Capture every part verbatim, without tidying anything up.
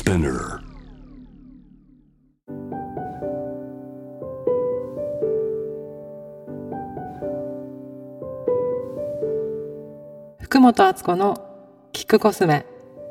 Spinner. 福本敦子の聞くコスメ。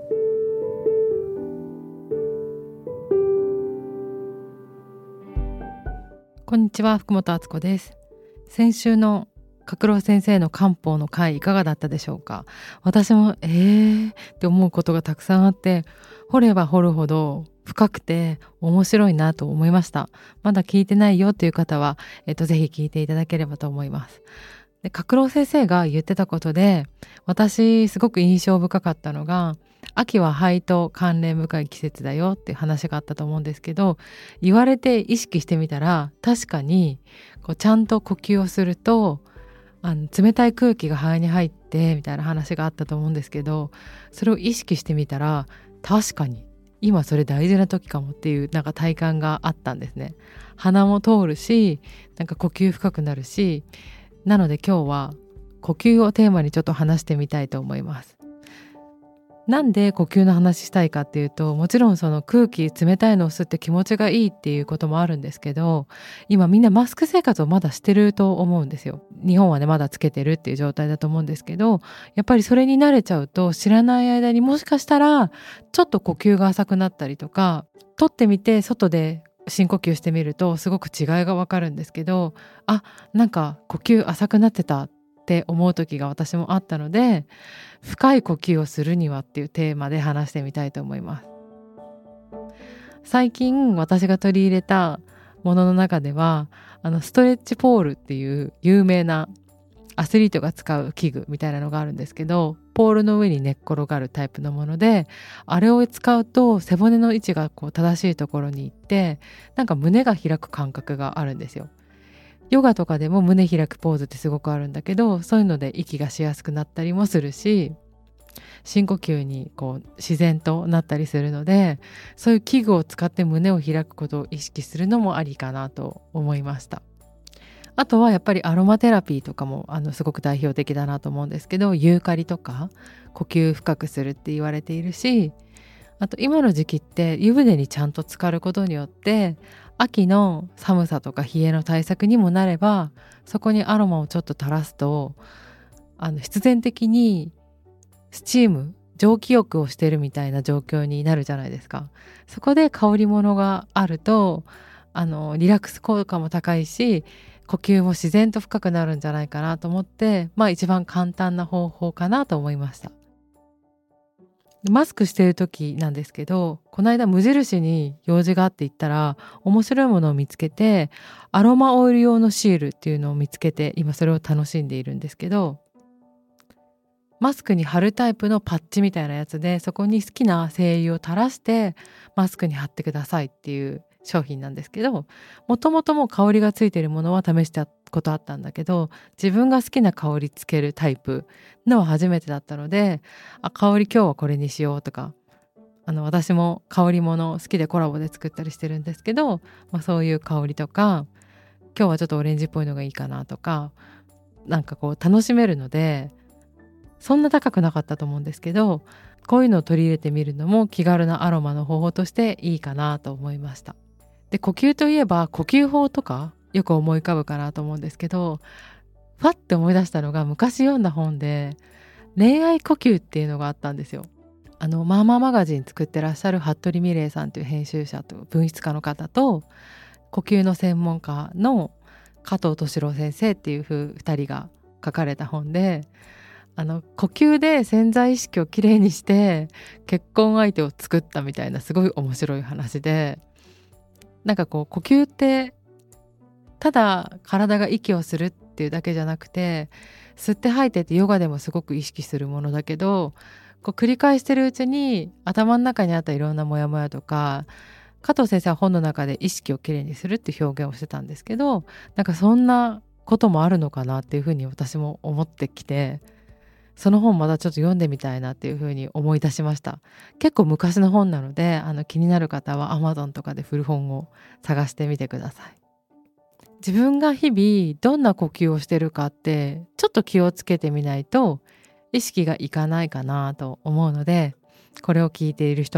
こんにちは、福本敦子です。先週の角郎先生の漢方の回いかがだったでしょうか。私もえーって思うことがたくさんあって、掘れば掘るほど深くて面白いなと思いました。まだ聞いてないよという方は、えっと、ぜひ聞いていただければと思います。で、角郎先生が言ってたことで、私すごく印象深かったのが、秋は肺と関連深い季節だよっていう話があったと思うんですけど、言われて意識してみたら、確かにこうちゃんと呼吸をすると、あの冷たい空気が肺に入ってみたいな話があったと思うんですけど、それを意識してみたら、確かに今それ大事な時かもっていうなんか体感があったんですね。鼻も通るし、なんか呼吸深くなるし、なので今日は呼吸をテーマにちょっと話してみたいと思います。なんで呼吸の話したいかっていうと、もちろんその空気冷たいのを吸って気持ちがいいっていうこともあるんですけど、今みんなマスク生活をまだしてると思うんですよ。日本はねまだつけてるっていう状態だと思うんですけど、やっぱりそれに慣れちゃうと知らない間にもしかしたらちょっと呼吸が浅くなったりとか、取ってみて外で深呼吸してみるとすごく違いがわかるんですけど、あ、なんか呼吸浅くなってたって思う時が私もあったので、深い呼吸をするにはっていうテーマで話してみたいと思います。最近私が取り入れたものの中では、あのストレッチポールっていう有名なアスリートが使う器具みたいなのがあるんですけど、ポールの上に寝っ転がるタイプのもので、あれを使うと背骨の位置がこう正しいところに行って、なんか胸が開く感覚があるんですよ。ヨガとかでも胸開くポーズってすごくあるんだけど、そういうので息がしやすくなったりもするし、深呼吸にこう自然となったりするので、そういう器具を使って胸を開くことを意識するのもありかなと思いました。あとはやっぱりアロマテラピーとかもあのすごく代表的だなと思うんですけど、ユーカリとか呼吸深くするって言われているし、あと今の時期って湯船にちゃんと浸かることによって秋の寒さとか冷えの対策にもなれば、そこにアロマをちょっと垂らすと、あの必然的にスチーム蒸気浴をしてるみたいな状況になるじゃないですか。そこで香り物があると、あのリラックス効果も高いし、呼吸も自然と深くなるんじゃないかなと思って、まあ一番簡単な方法かなと思いました。マスクしてる時なんですけど、この間無印に用事があって行ったら面白いものを見つけて、アロマオイル用のシールっていうのを見つけて、今それを楽しんでいるんですけど、マスクに貼るタイプのパッチみたいなやつで、そこに好きな精油を垂らしてマスクに貼ってくださいっていう商品なんですけど、もともともう香りがついているものは試したことあったんだけど、自分が好きな香りつけるタイプのは初めてだったので、あ、香り今日はこれにしようとか、あの私も香り物好きでコラボで作ったりしてるんですけど、まあ、そういう香りとか、今日はちょっとオレンジっぽいのがいいかなとか、なんかこう楽しめるので、そんな高くなかったと思うんですけど、こういうのを取り入れてみるのも気軽なアロマの方法としていいかなと思いました。で、呼吸といえば呼吸法とかよく思い浮かぶかなと思うんですけど、ファッて思い出したのが昔読んだ本で恋愛呼吸っていうのがあったんですよ。あのマーマーマガジン作ってらっしゃる服部美玲さんという編集者と文筆家の方と、呼吸の専門家の加藤敏郎先生っていうふたりが書かれた本で、あの呼吸で潜在意識をきれいにして結婚相手を作ったみたいな、すごい面白い話で、なんかこう呼吸ってただ体が息をするっていうだけじゃなくて、吸って吐いてってヨガでもすごく意識するものだけど、こう繰り返してるうちに頭の中にあったいろんなモヤモヤとか、加藤先生は本の中で意識をきれいにするっていう表現をしてたんですけど、なんかそんなこともあるのかなっていうふうに私も思ってきて、その本まだちょっと読んでみたいなっていうふうに思い出しました。結構昔の本なので、あの気になる方は Amazon とかで古本を探してみてください。自分が日々どんな呼吸をしてるかってちょっと気をつけてみないと意識がいかないかなと思うので、これを聞いている人も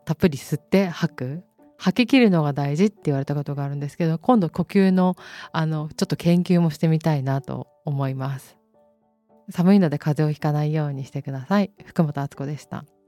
たっぷり吸って吐く、吐き切るのが大事って言われたことがあるんですけど、今度呼吸のあのちょっと研究もしてみたいなと思います。寒いので風邪をひかないようにしてください。福本敦子でした。